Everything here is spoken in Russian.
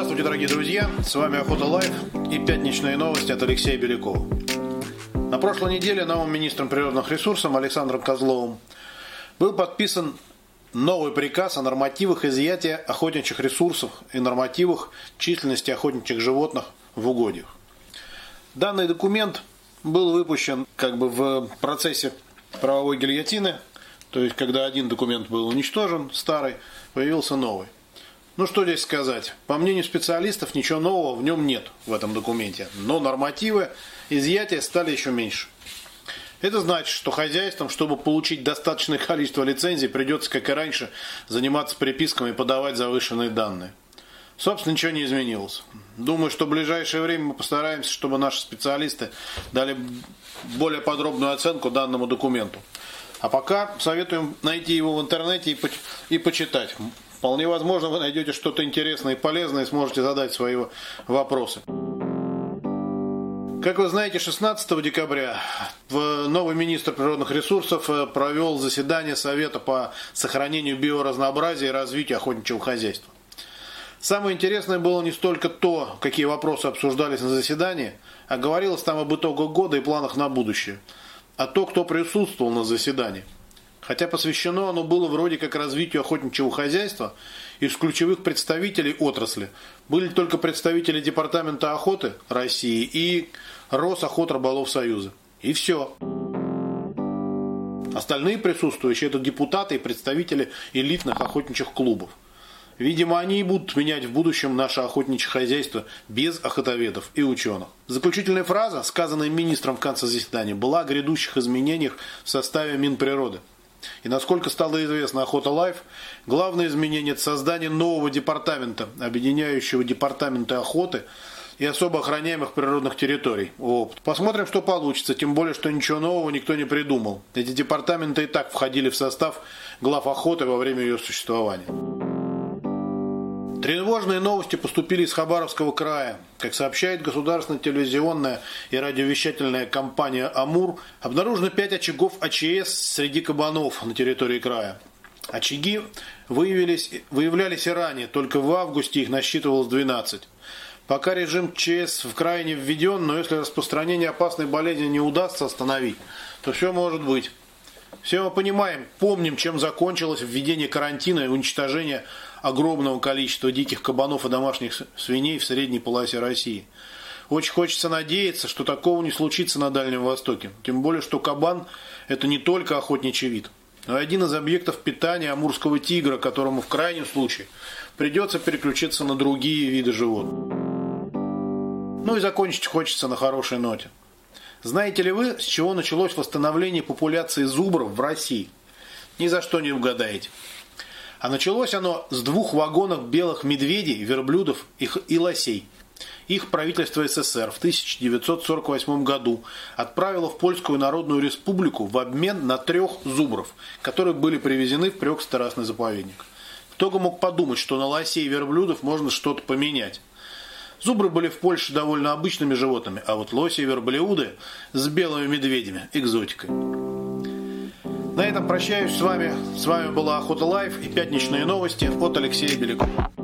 Здравствуйте, дорогие друзья! С вами Охота Лайв и пятничные новости от Алексея Белякова. На прошлой неделе новым министром природных ресурсов Александром Козловым был подписан новый приказ о нормативах изъятия охотничьих ресурсов и нормативах численности охотничьих животных в угодьях. Данный документ был выпущен в процессе правовой гильотины, то есть когда один документ был уничтожен, старый, появился новый. Ну что здесь сказать? По мнению специалистов, ничего нового в нем нет в этом документе, но нормативы изъятия стали еще меньше. Это значит, что хозяйствам, чтобы получить достаточное количество лицензий, придется, как и раньше, заниматься приписками и подавать завышенные данные. Собственно, ничего не изменилось. Думаю, что в ближайшее время мы постараемся, чтобы наши специалисты дали более подробную оценку данному документу. А пока советуем найти его в интернете и почитать. Вполне возможно, вы найдете что-то интересное и полезное и сможете задать свои вопросы. Как вы знаете, 16 декабря новый министр природных ресурсов провел заседание Совета по сохранению биоразнообразия и развитию охотничьего хозяйства. Самое интересное было не столько то, какие вопросы обсуждались на заседании, а говорилось там об итогах года и планах на будущее, а то, кто присутствовал на заседании. Хотя посвящено оно было вроде как развитию охотничьего хозяйства, из ключевых представителей отрасли были только представители Департамента охоты России и Росохотрыболовсоюза. И все. Остальные присутствующие – это депутаты и представители элитных охотничьих клубов. Видимо, они и будут менять в будущем наше охотничье хозяйство без охотоведов и ученых. Заключительная фраза, сказанная министром в конце заседания, была о грядущих изменениях в составе Минприроды. И насколько стало известно Охота Лайв, главное изменение – это создание нового департамента, объединяющего департаменты охоты и особо охраняемых природных территорий. Посмотрим, что получится, тем более, что ничего нового никто не придумал. Эти департаменты и так входили в состав глав охоты во время ее существования. Тревожные новости поступили из Хабаровского края. Как сообщает государственная телевизионная и радиовещательная компания «Амур», обнаружено 5 очагов АЧС среди кабанов на территории края. Очаги выявлялись и ранее, только в августе их насчитывалось 12. Пока режим ЧС в крае не введен, но если распространение опасной болезни не удастся остановить, то все может быть. Все мы понимаем, помним, чем закончилось введение карантина и уничтожение огромного количества диких кабанов и домашних свиней в средней полосе России. Очень хочется надеяться, что такого не случится на Дальнем Востоке. Тем более, что кабан – это не только охотничий вид, но и один из объектов питания амурского тигра, которому в крайнем случае придется переключиться на другие виды животных. Ну и закончить хочется на хорошей ноте. Знаете ли вы, с чего началось восстановление популяции зубров в России? Ни за что не угадаете. А началось оно с 2 вагонов белых медведей, верблюдов и лосей. Их правительство СССР в 1948 году отправило в Польскую Народную Республику в обмен на 3 зубров, которые были привезены в Прёкско-Тарасный заповедник. Кто бы мог подумать, что на лосей и верблюдов можно что-то поменять. Зубры были в Польше довольно обычными животными, а вот лоси и верблюды с белыми медведями – экзотикой. На этом прощаюсь с вами. С вами была Охота Лайв и пятничные новости от Алексея Белякова.